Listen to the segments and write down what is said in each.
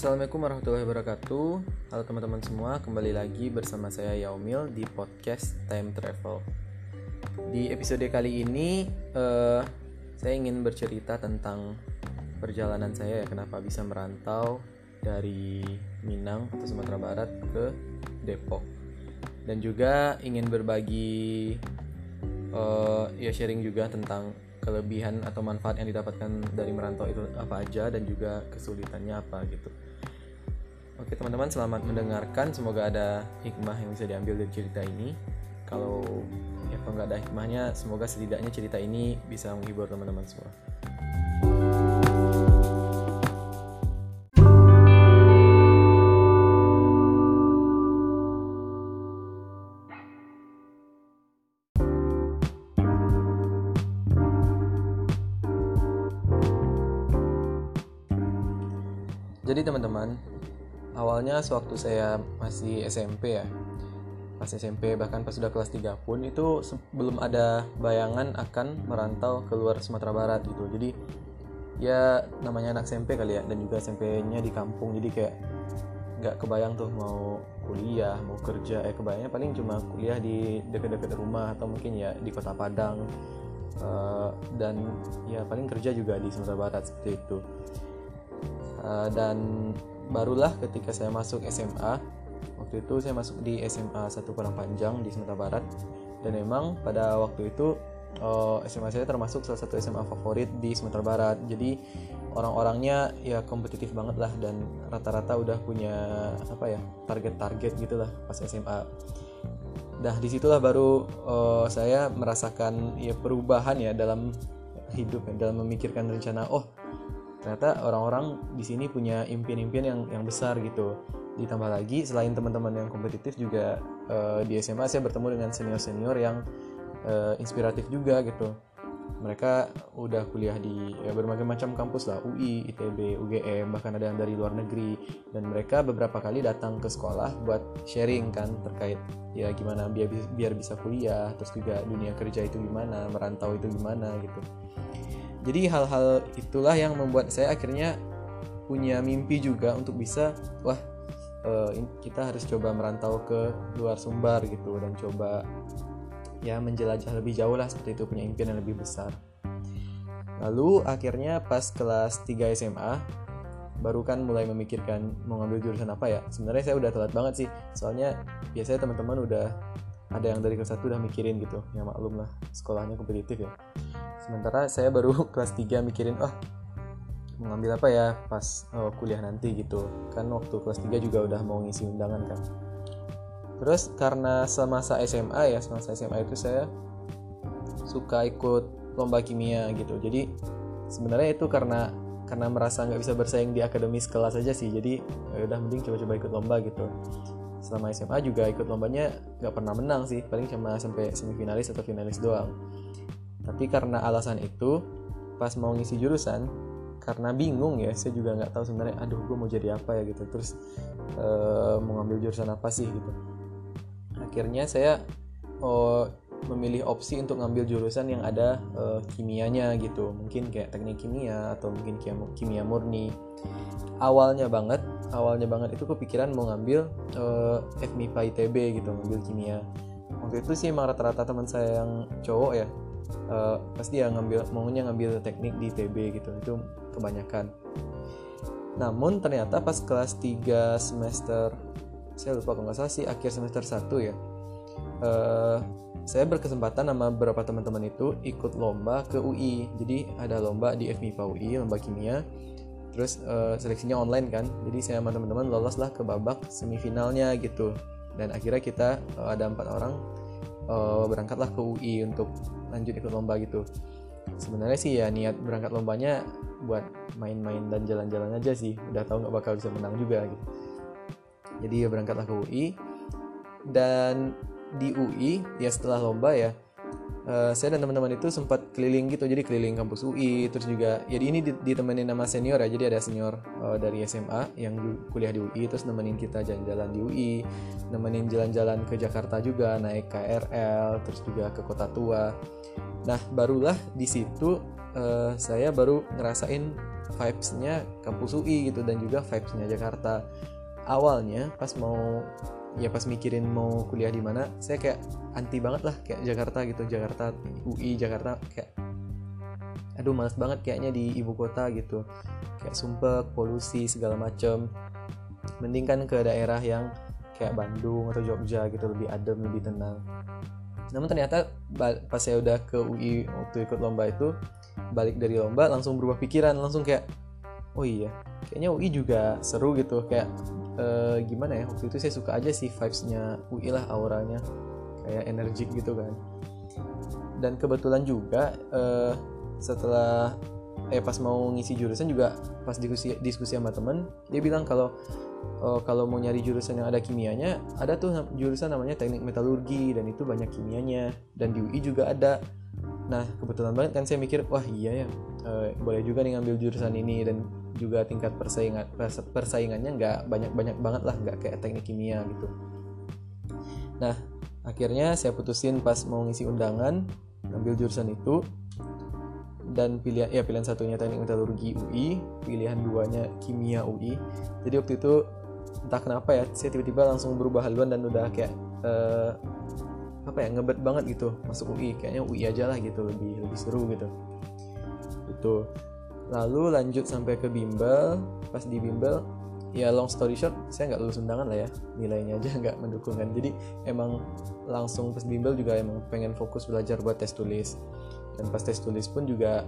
Assalamualaikum warahmatullahi wabarakatuh. Halo teman-teman semua, kembali lagi bersama saya Yaumil di podcast Time Travel. Di episode kali ini saya ingin bercerita tentang perjalanan saya kenapa bisa merantau dari Minang atau Sumatera Barat ke Depok. Dan juga ingin berbagi sharing juga tentang kelebihan atau manfaat yang didapatkan dari merantau itu apa aja dan juga kesulitannya apa gitu. Oke teman-teman, selamat mendengarkan. Semoga ada hikmah yang bisa diambil dari cerita ini. Kalau nggak ada hikmahnya, semoga setidaknya cerita ini bisa menghibur teman-teman semua. Jadi teman-teman, awalnya sewaktu saya masih SMP pas SMP bahkan pas sudah kelas 3 pun itu belum ada bayangan akan merantau keluar Sumatera Barat gitu. Jadi ya namanya anak SMP kali ya, dan juga SMP-nya di kampung, jadi kayak nggak kebayang tuh mau kuliah, mau kerja, kebayangnya paling cuma kuliah di dekat-dekat rumah atau mungkin ya di Kota Padang, dan ya paling kerja juga di Sumatera Barat seperti itu. Dan barulah ketika saya masuk SMA, waktu itu saya masuk di SMA 1 Padang Panjang di Sumatera Barat, dan memang pada waktu itu SMA saya termasuk salah satu SMA favorit di Sumatera Barat. Jadi orang-orangnya ya kompetitif banget lah, dan rata-rata udah punya target-target gitulah pas SMA. Nah disitulah baru saya merasakan perubahan dalam hidup, dalam memikirkan rencana. Ternyata orang-orang di sini punya impian-impian yang besar gitu. Ditambah lagi selain teman-teman yang kompetitif juga di SMA saya bertemu dengan senior-senior yang inspiratif juga gitu. Mereka udah kuliah di berbagai macam kampus lah, UI, ITB, UGM, bahkan ada yang dari luar negeri. Dan mereka beberapa kali datang ke sekolah buat sharing kan terkait gimana biar bisa kuliah, terus juga dunia kerja itu gimana, merantau itu gimana gitu. Jadi hal-hal itulah yang membuat saya akhirnya punya mimpi juga untuk bisa kita harus coba merantau ke luar Sumbar gitu, dan coba menjelajah lebih jauh lah seperti itu, punya impian yang lebih besar. Lalu akhirnya pas kelas 3 SMA baru kan mulai memikirkan mau ngambil jurusan apa ya. Sebenarnya saya udah telat banget sih, soalnya biasanya teman-teman udah ada yang dari kelas 1 udah mikirin gitu, ya maklum lah sekolahnya kompetitif ya. Sementara saya baru kelas 3 mikirin mau ngambil apa ya pas kuliah nanti gitu. Kan waktu kelas 3 juga udah mau ngisi undangan kan. Terus karena semasa SMA itu saya suka ikut lomba kimia gitu. Jadi sebenarnya itu karena merasa nggak bisa bersaing di akademis kelas aja sih. Jadi udah mending coba-coba ikut lomba gitu. Selama SMA juga ikut lombanya nggak pernah menang sih, paling cuma sampai semifinalis atau finalis doang. Tapi karena alasan itu, pas mau ngisi jurusan, karena bingung saya juga nggak tahu sebenarnya, gue mau jadi apa ya gitu. Terus mau ngambil jurusan apa sih gitu. Akhirnya saya memilih opsi untuk ngambil jurusan yang ada kimianya gitu. Mungkin kayak teknik kimia atau mungkin kimia murni. Awalnya banget itu kepikiran mau ngambil FMIPA ITB gitu, ngambil kimia. Waktu itu sih emang rata-rata teman saya yang cowok pasti maunya ngambil teknik di ITB gitu, itu kebanyakan. Namun ternyata pas kelas 3 semester, saya lupa kalau nggak salah sih akhir semester 1 saya berkesempatan sama beberapa teman-teman itu ikut lomba ke UI. Jadi ada lomba di FMIPA UI, lomba kimia. Terus seleksinya online kan, jadi saya sama teman-teman lolos lah ke babak semifinalnya gitu. Dan akhirnya kita ada 4 orang berangkatlah ke UI untuk lanjut ikut lomba gitu. Sebenarnya sih niat berangkat lombanya buat main-main dan jalan-jalan aja sih, udah tahu nggak bakal bisa menang juga gitu. Jadi berangkatlah ke UI, dan di UI setelah lomba saya dan teman-teman itu sempat keliling gitu, jadi keliling kampus UI, terus juga ini ditemenin sama senior jadi ada senior dari SMA yang kuliah di UI, terus nemenin kita jalan-jalan di UI, nemenin jalan-jalan ke Jakarta juga, naik KRL, terus juga ke Kota Tua. Nah barulah di situ saya baru ngerasain vibes-nya kampus UI gitu dan juga vibes-nya Jakarta. Awalnya pas mikirin mau kuliah di mana, saya kayak anti banget lah kayak Jakarta gitu, Jakarta UI Jakarta kayak aduh males banget kayaknya di ibu kota gitu, kayak sumpek, polusi segala macem. Mending kan ke daerah yang kayak Bandung atau Jogja gitu, lebih adem, lebih tenang. Namun ternyata pas saya udah ke UI waktu ikut lomba itu, balik dari lomba langsung berubah pikiran, langsung kayak oh iya kayaknya UI juga seru gitu, kayak gimana ya, waktu itu saya suka aja sih vibes-nya UI lah, auranya kayak energik gitu kan. Dan kebetulan juga setelah pas mau ngisi jurusan juga pas diskusi sama temen, dia bilang kalau mau nyari jurusan yang ada kimianya, ada tuh jurusan namanya teknik metalurgi dan itu banyak kimianya, dan di UI juga ada. Nah kebetulan banget kan saya mikir wah iya ya, boleh juga nih ngambil jurusan ini, dan juga tingkat persaingannya nggak banyak banget lah, nggak kayak teknik kimia gitu. Nah akhirnya saya putusin pas mau ngisi undangan ngambil jurusan itu, dan pilihan satunya teknik metalurgi UI, pilihan duanya kimia UI. Jadi waktu itu entah kenapa ya, saya tiba-tiba langsung berubah haluan dan udah kayak ngebet banget gitu masuk UI, kayaknya UI aja lah gitu, lebih seru gitu. Itu lalu lanjut sampai ke bimbel. Pas di bimbel ya long story short, saya nggak lulus undangan lah ya, nilainya aja nggak mendukung kan. Jadi emang langsung pas bimbel juga emang pengen fokus belajar buat tes tulis. Dan pas tes tulis pun juga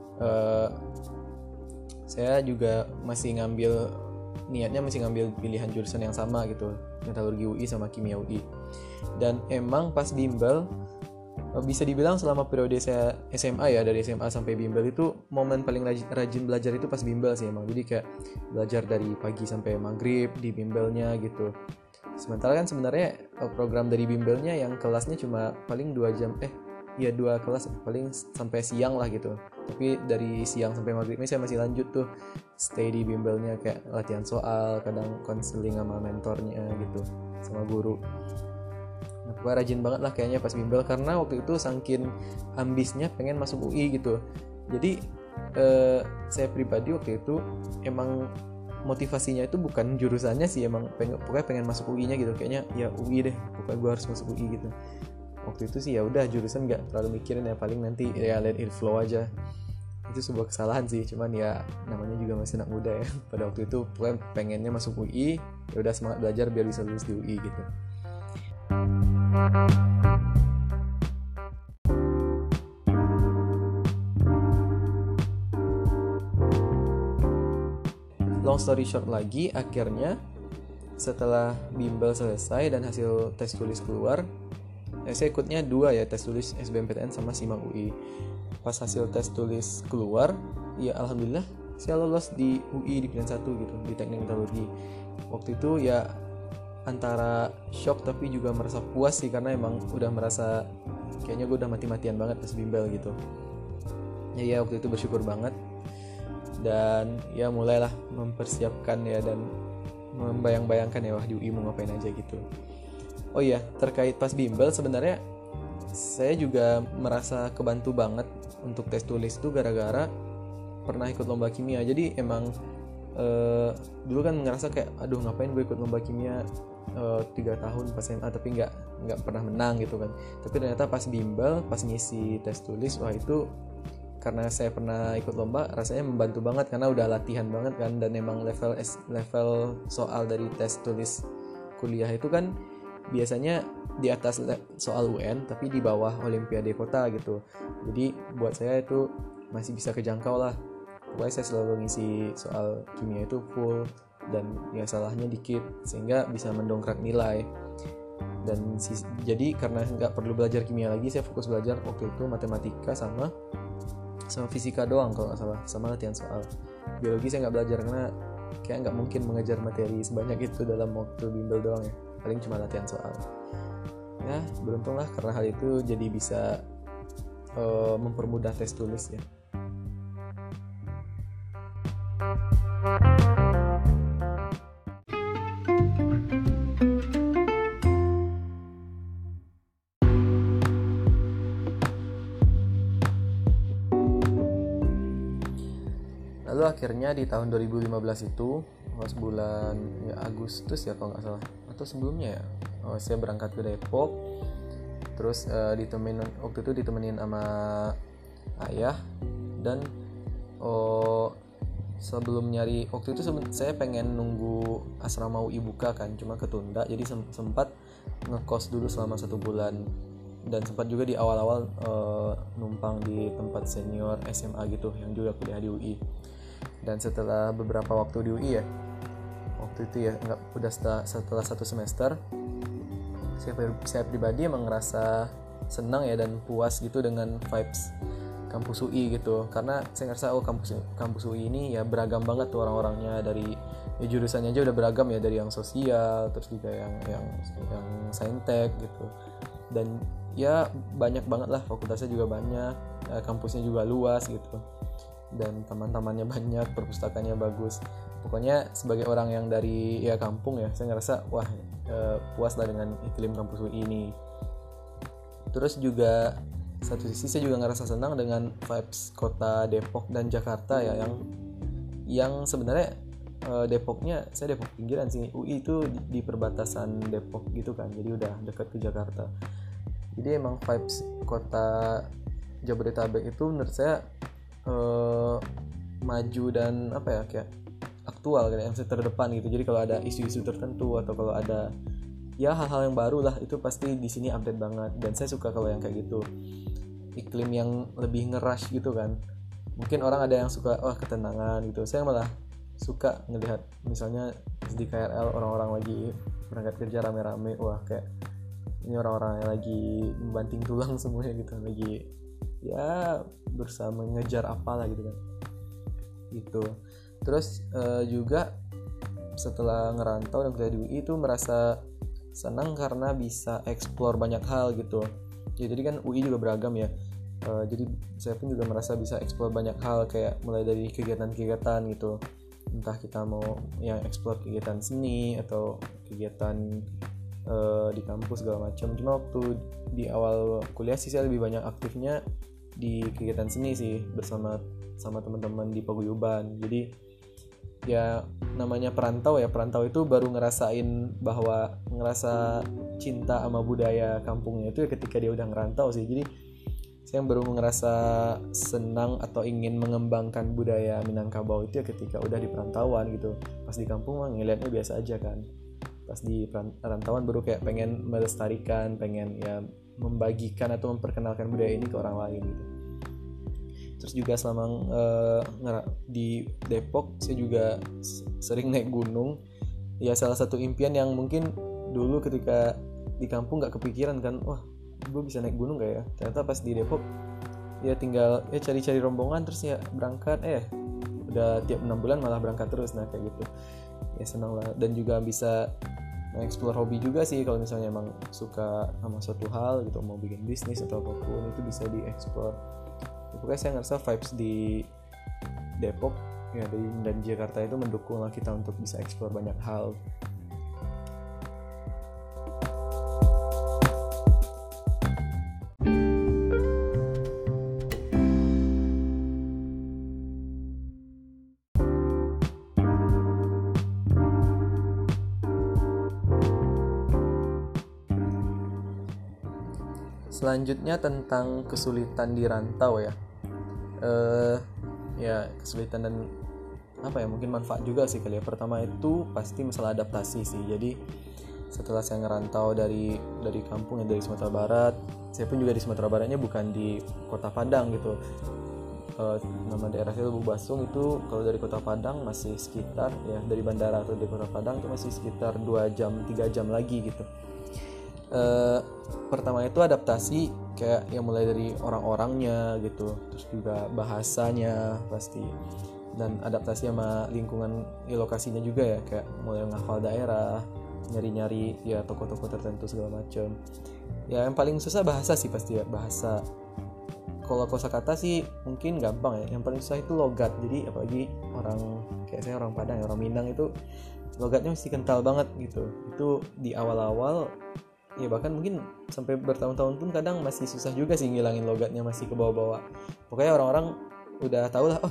saya juga niatnya masih ngambil pilihan jurusan yang sama gitu, metalurgi UI sama kimia UI. Dan emang pas bimbel, bisa dibilang selama periode saya SMA ya, dari SMA sampai bimbel itu momen paling rajin belajar itu pas bimbel sih emang. Jadi kayak belajar dari pagi sampai maghrib di bimbelnya gitu. Sementara kan sebenarnya program dari bimbelnya yang kelasnya cuma paling 2 jam, 2 kelas paling sampai siang lah gitu. Tapi dari siang sampai maghribnya saya masih lanjut tuh stay di bimbelnya, kayak latihan soal, kadang konseling sama mentornya gitu, sama guru. Nah, gue rajin banget lah kayaknya pas bimbel, karena waktu itu saking ambisnya pengen masuk UI gitu. Jadi saya pribadi waktu itu emang motivasinya itu bukan jurusannya sih, emang pokoknya pengen masuk UI-nya gitu, kayaknya ya UI deh, pokoknya gue harus masuk UI gitu. Waktu itu sih ya udah jurusan nggak terlalu mikirin ya, paling nanti ya let it flow aja. Itu sebuah kesalahan sih, cuman ya namanya juga masih anak muda ya. Pada waktu itu pokoknya pengennya masuk UI, ya udah semangat belajar biar bisa lulus di UI gitu. Long story short lagi, akhirnya setelah bimbel selesai dan hasil tes tulis keluar, saya ikutnya 2 ya, tes tulis SBMPTN sama SIMAK UI. Pas hasil tes tulis keluar, ya alhamdulillah saya lolos di UI di pilihan 1 gitu, di teknik metalurgi. Waktu itu ya antara shock tapi juga merasa puas sih, karena emang udah merasa kayaknya gue udah mati-matian banget pas bimbel gitu. Ya waktu itu bersyukur banget, dan ya mulailah mempersiapkan ya, dan membayang-bayangkan ya wah di UI mau ngapain aja gitu. Oh iya, terkait pas bimbel sebenarnya saya juga merasa kebantu banget untuk tes tulis itu gara-gara pernah ikut lomba kimia. Jadi emang dulu kan ngerasa kayak aduh ngapain gue ikut lomba kimia 3 tahun pas SMA tapi nggak pernah menang gitu kan. Tapi ternyata pas bimbel, pas ngisi tes tulis, wah itu karena saya pernah ikut lomba, rasanya membantu banget karena udah latihan banget kan. Dan emang level soal dari tes tulis kuliah itu kan biasanya di atas soal UN tapi di bawah olimpiade kota gitu. Jadi buat saya itu masih bisa kejangkau lah. Pokoknya saya selalu ngisi soal kimia itu full dan ya salahnya dikit sehingga bisa mendongkrak nilai. Dan jadi karena nggak perlu belajar kimia lagi, saya fokus belajar waktu itu matematika sama fisika doang kalau nggak salah, sama latihan soal. Biologi saya nggak belajar karena kayak nggak mungkin mengejar materi sebanyak itu dalam waktu bimbel doang ya, paling cuma latihan soal. Ya beruntunglah karena hal itu jadi bisa mempermudah tes tulis ya. Lalu lalu akhirnya di tahun 2015 itu pas bulan ya Agustus ya kalau nggak salah, atau sebelumnya ya, saya berangkat ke Depok. Terus waktu itu ditemenin sama ayah. Dan sebelum nyari waktu itu saya pengen nunggu asrama UI buka kan, cuma ketunda, jadi sempat ngekos dulu selama 1 bulan. Dan sempat juga di awal-awal numpang di tempat senior SMA gitu yang juga kuliah di UI. Dan setelah beberapa waktu di UI ya, waktu itu ya udah setelah 1 semester, saya pribadi emang ngerasa senang ya dan puas gitu dengan vibes kampus UI gitu, karena saya ngerasa kampus UI ini ya beragam banget tuh orang-orangnya, dari ya jurusannya aja udah beragam ya, dari yang sosial, terus juga yang saintek gitu. Dan ya banyak banget lah, fakultasnya juga banyak, kampusnya juga luas gitu, dan teman-temannya banyak, perpustakaannya bagus. Pokoknya sebagai orang yang dari ya kampung ya, saya ngerasa wah puas lah dengan iklim kampus UI ini. Terus juga satu sisi saya juga ngerasa senang dengan vibes kota Depok dan Jakarta ya, yang sebenarnya Depoknya, saya Depok pinggiran sih, UI itu di perbatasan Depok gitu kan, jadi udah dekat ke Jakarta. Jadi emang vibes kota Jabodetabek itu menurut saya maju dan apa ya, kayak aktual kan, yang terdepan gitu. Jadi kalau ada isu-isu tertentu atau kalau ada ya hal-hal yang baru lah, itu pasti di sini update banget. Dan saya suka kalau yang kayak gitu, iklim yang lebih ngerush gitu kan. Mungkin orang ada yang suka ketenangan gitu, saya malah suka ngelihat misalnya di KRL orang-orang lagi berangkat kerja rame-rame, wah kayak ini orang-orang yang lagi membanting tulang semuanya gitu, lagi ya berusaha mengejar apalah gitu kan gitu. Terus juga setelah ngerantau dan kuliah di UI itu merasa senang karena bisa explore banyak hal gitu ya. Jadi kan UI juga beragam ya, jadi saya pun juga merasa bisa explore banyak hal, kayak mulai dari kegiatan-kegiatan gitu, entah kita mau yang explore kegiatan seni atau kegiatan di kampus segala macam. Cuma waktu di awal kuliah sih saya lebih banyak aktifnya di kegiatan seni sih, bersama teman-teman di paguyuban. Jadi ya namanya perantau itu baru ngerasain bahwa ngerasa cinta sama budaya kampungnya itu ya ketika dia udah ngerantau sih. Jadi saya baru ngerasa senang atau ingin mengembangkan budaya Minangkabau itu ya ketika udah di perantauan gitu. Pas di kampung mah ngeliatnya biasa aja kan, pas di perantauan baru kayak pengen melestarikan, pengen ya membagikan atau memperkenalkan budaya ini ke orang lain gitu. Terus juga selama di Depok saya juga sering naik gunung. Ya salah satu impian yang mungkin dulu ketika di kampung gak kepikiran kan, wah gue bisa naik gunung gak ya. Ternyata pas di Depok ya tinggal cari-cari rombongan, terus ya berangkat udah tiap 6 bulan malah berangkat terus. Nah kayak gitu ya senang lah. Dan juga bisa explore hobi juga sih, kalau misalnya emang suka sama suatu hal gitu, mau bikin bisnis atau apapun itu bisa di-explore. Pokoknya saya ngerasa vibes di Depok ya dan Jakarta itu mendukung lah kita untuk bisa explore banyak hal. Selanjutnya tentang kesulitan di rantau ya. Ya kesulitan dan apa ya, mungkin manfaat juga sih kali ya. Pertama itu pasti masalah adaptasi sih. Jadi setelah saya ngerantau dari kampung ya, dari Sumatera Barat, saya pun juga di Sumatera Baratnya bukan di Kota Padang gitu. Nama daerah saya Lubuk Basung itu kalau dari Kota Padang masih sekitar ya, dari bandara atau dari Kota Padang itu masih sekitar 2 jam 3 jam lagi gitu. Pertama itu adaptasi, kayak yang mulai dari orang-orangnya gitu, terus juga bahasanya pasti, dan adaptasi sama lingkungan lokasinya juga ya, kayak mulai menghafal daerah, nyari-nyari ya toko-toko tertentu segala macam. Ya yang paling susah bahasa sih pasti ya, bahasa. Kalau kosakata sih mungkin gampang ya, yang paling susah itu logat. Jadi apalagi orang kayak saya, orang Padang ya, orang Minang, itu logatnya mesti kental banget gitu. Itu di awal-awal ya, bahkan mungkin sampai bertahun-tahun pun kadang masih susah juga sih ngilangin logatnya, masih ke bawah-bawah. Pokoknya orang-orang udah tahu lah, oh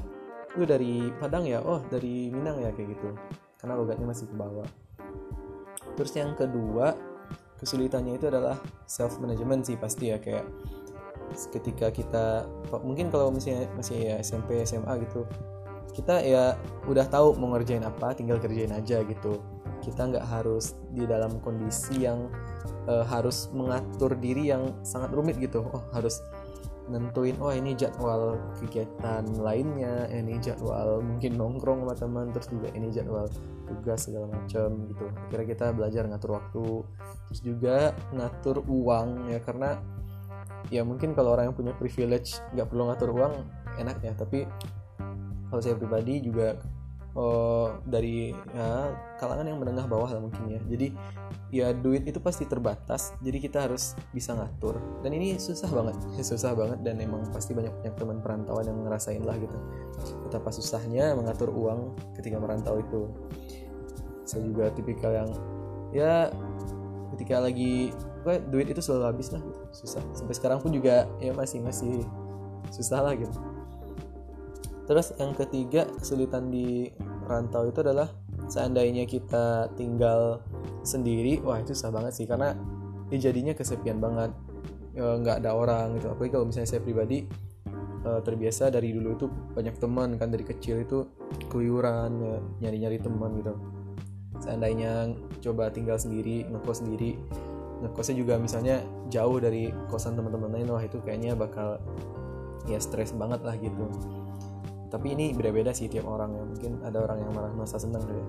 lu dari Padang ya, oh dari Minang ya, kayak gitu, karena logatnya masih ke bawah. Terus yang kedua kesulitannya itu adalah self management sih pasti ya, kayak ketika kita mungkin kalau misalnya masih ya SMP SMA gitu, kita ya udah tahu mau ngerjain apa, tinggal kerjain aja gitu. Kita nggak harus di dalam kondisi yang harus mengatur diri yang sangat rumit gitu. Oh harus nentuin, oh ini jadwal kegiatan lainnya, ini jadwal mungkin nongkrong sama teman, terus juga ini jadwal tugas segala macam gitu. Akhirnya kita belajar ngatur waktu, terus juga ngatur uang ya, karena ya mungkin kalau orang yang punya privilege nggak perlu ngatur uang enak ya, tapi kalau saya pribadi juga dari ya kalangan yang menengah bawah lah mungkin ya, jadi ya duit itu pasti terbatas, jadi kita harus bisa ngatur, dan ini susah banget dan emang pasti banyak teman perantauan yang ngerasain lah gitu betapa susahnya mengatur uang ketika merantau itu. Saya juga tipikal yang ya ketika lagi duit itu selalu habis lah gitu. Susah sampai sekarang pun juga ya masih susah lah gitu. Terus yang ketiga kesulitan di rantau itu adalah seandainya kita tinggal sendiri, wah itu susah banget sih, karena jadinya kesepian banget, nggak ada orang gitu. Apalagi kalau misalnya saya pribadi terbiasa dari dulu itu banyak teman kan, dari kecil itu keluyuran ya, nyari teman gitu. Seandainya coba tinggal sendiri, ngekosnya juga misalnya jauh dari kosan teman-teman lain, wah itu kayaknya bakal ya stres banget lah gitu. Tapi ini beda-beda sih tiap orang ya, mungkin ada orang yang malah merasa senang gitu ya.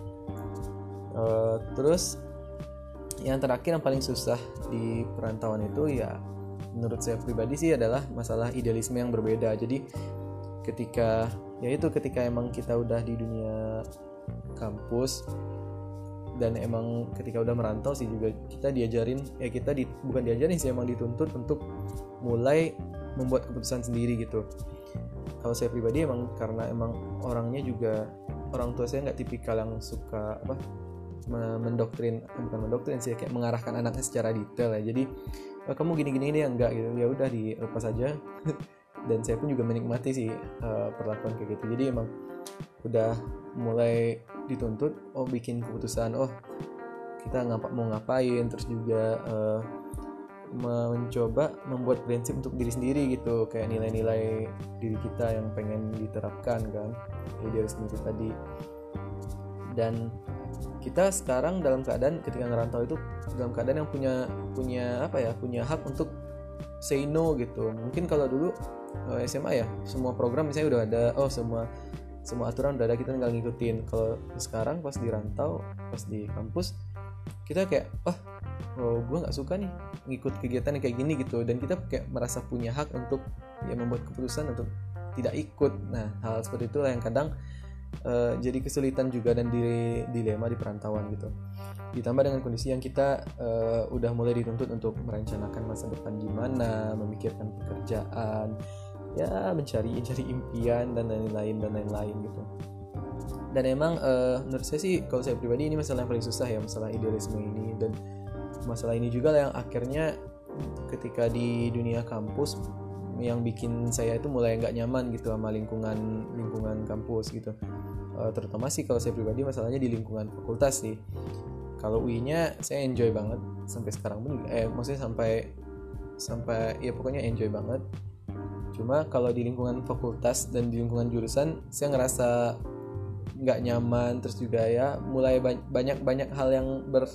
Terus yang terakhir yang paling susah di perantauan itu ya menurut saya pribadi sih adalah masalah idealisme yang berbeda. Jadi ketika emang kita udah di dunia kampus, dan emang ketika udah merantau sih juga kita diajarin ya, bukan diajarin sih, emang dituntut untuk mulai membuat keputusan sendiri gitu. Kalau saya pribadi emang karena emang orangnya juga, orang tua saya nggak tipikal yang suka bukan mendoktrin sih, kayak mengarahkan anaknya secara detail ya. Jadi kamu gini-gini ini enggak gitu, ya udah dilepas aja. Dan saya pun juga menikmati sih perlakuan kayak gitu. Jadi emang udah mulai dituntut bikin keputusan, kita mau ngapain, terus juga mencoba membuat prinsip untuk diri sendiri gitu, kayak nilai-nilai diri kita yang pengen diterapkan kan, idealisme itu tadi. Dan kita sekarang dalam keadaan ketika ngerantau itu dalam keadaan yang punya hak untuk say no gitu. Mungkin kalau dulu SMA ya semua program misalnya udah ada, semua aturan udah ada, kita tinggal ngikutin. Kalau sekarang pas di rantau, pas di kampus, kita kayak gue nggak suka nih ngikut kegiatan yang kayak gini gitu, dan kita kayak merasa punya hak untuk ya membuat keputusan untuk tidak ikut. Nah hal seperti itulah yang kadang jadi kesulitan juga dan dilema di perantauan gitu. Ditambah dengan kondisi yang kita udah mulai dituntut untuk merencanakan masa depan gimana, memikirkan pekerjaan, ya mencari impian dan lain-lain gitu. Dan emang menurut saya sih, kalau saya pribadi ini masalah yang paling susah ya, masalah idealisme ini. Dan masalah ini juga yang akhirnya ketika di dunia kampus yang bikin saya itu mulai nggak nyaman gitu sama lingkungan kampus gitu. Terutama sih kalau saya pribadi masalahnya di lingkungan fakultas sih. Kalau UI-nya saya enjoy banget sampai sekarang pun, maksudnya sampai ya pokoknya enjoy banget. Cuma kalau di lingkungan fakultas dan di lingkungan jurusan saya ngerasa nggak nyaman, terus juga ya mulai banyak hal yang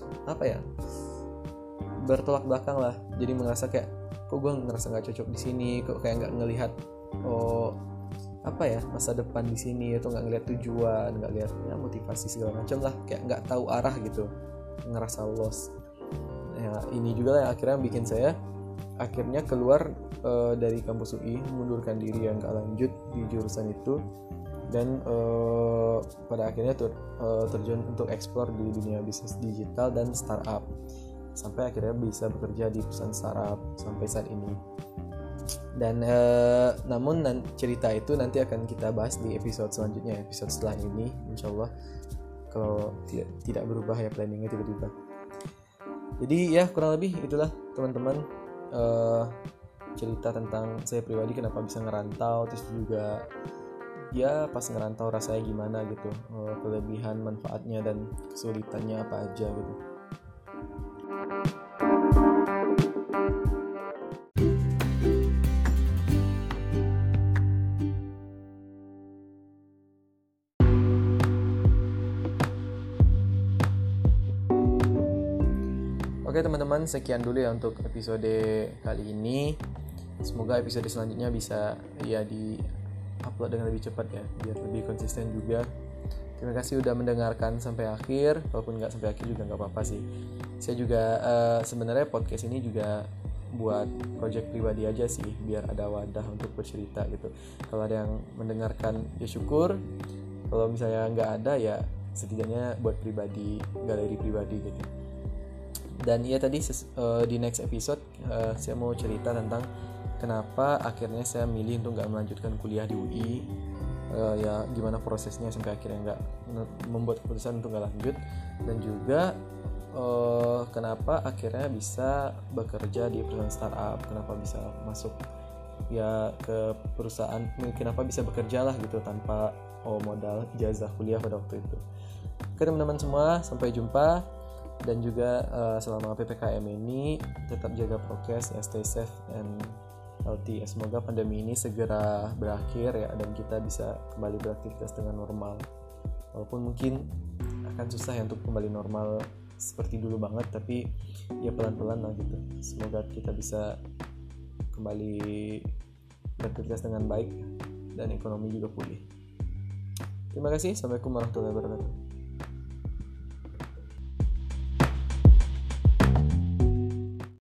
bertolak belakang lah. Jadi merasa kayak kok gue ngerasa nggak cocok di sini, kok kayak nggak ngelihat masa depan di sini, atau nggak ngelihat tujuan, nggak lihat ya motivasi segala macam lah, kayak nggak tahu arah gitu, ngerasa lost. Ya ini juga lah yang akhirnya bikin saya akhirnya keluar dari kampus UI, mengundurkan diri yang nggak lanjut di jurusan itu, dan pada akhirnya terjun untuk explore di dunia bisnis digital dan startup, sampai akhirnya bisa bekerja di perusahaan startup sampai saat ini. Dan namun cerita itu nanti akan kita bahas di episode selanjutnya, episode setelah ini insyaallah, kalau tidak berubah ya planningnya tiba-tiba. Jadi ya kurang lebih itulah teman-teman cerita tentang saya pribadi kenapa bisa ngerantau, terus juga ya pas ngerantau rasanya gimana gitu, kelebihan, manfaatnya, dan kesulitannya apa aja gitu. Oke teman-teman, sekian dulu ya untuk episode kali ini. Semoga episode selanjutnya bisa ya di-upload dengan lebih cepat ya, biar lebih konsisten juga. Terima kasih udah mendengarkan sampai akhir. Walaupun nggak sampai akhir juga nggak apa-apa sih. Saya juga sebenarnya podcast ini juga buat project pribadi aja sih, biar ada wadah untuk bercerita gitu. Kalau ada yang mendengarkan ya syukur. Kalau misalnya nggak ada ya setidaknya buat pribadi, galeri pribadi gitu. Dan ya tadi di next episode saya mau cerita tentang kenapa akhirnya saya milih untuk nggak melanjutkan kuliah di UI. Ya gimana prosesnya sampai akhirnya nggak membuat keputusan untuk nggak lanjut, dan juga kenapa akhirnya bisa bekerja di perusahaan startup, kenapa bisa masuk ya ke perusahaan, kenapa bisa bekerja lah gitu tanpa modal ijazah kuliah pada waktu itu. Oke teman-teman semua, sampai jumpa. Dan juga selama PPKM ini tetap jaga prokes ya, stay safe and healthy ya. Semoga pandemi ini segera berakhir ya, dan kita bisa kembali beraktivitas dengan normal. Walaupun mungkin akan susah ya untuk kembali normal seperti dulu banget, tapi ya pelan-pelan lah gitu. Semoga kita bisa kembali beraktivitas dengan baik dan ekonomi juga pulih. Terima kasih. Assalamualaikum warahmatullahi wabarakatuh.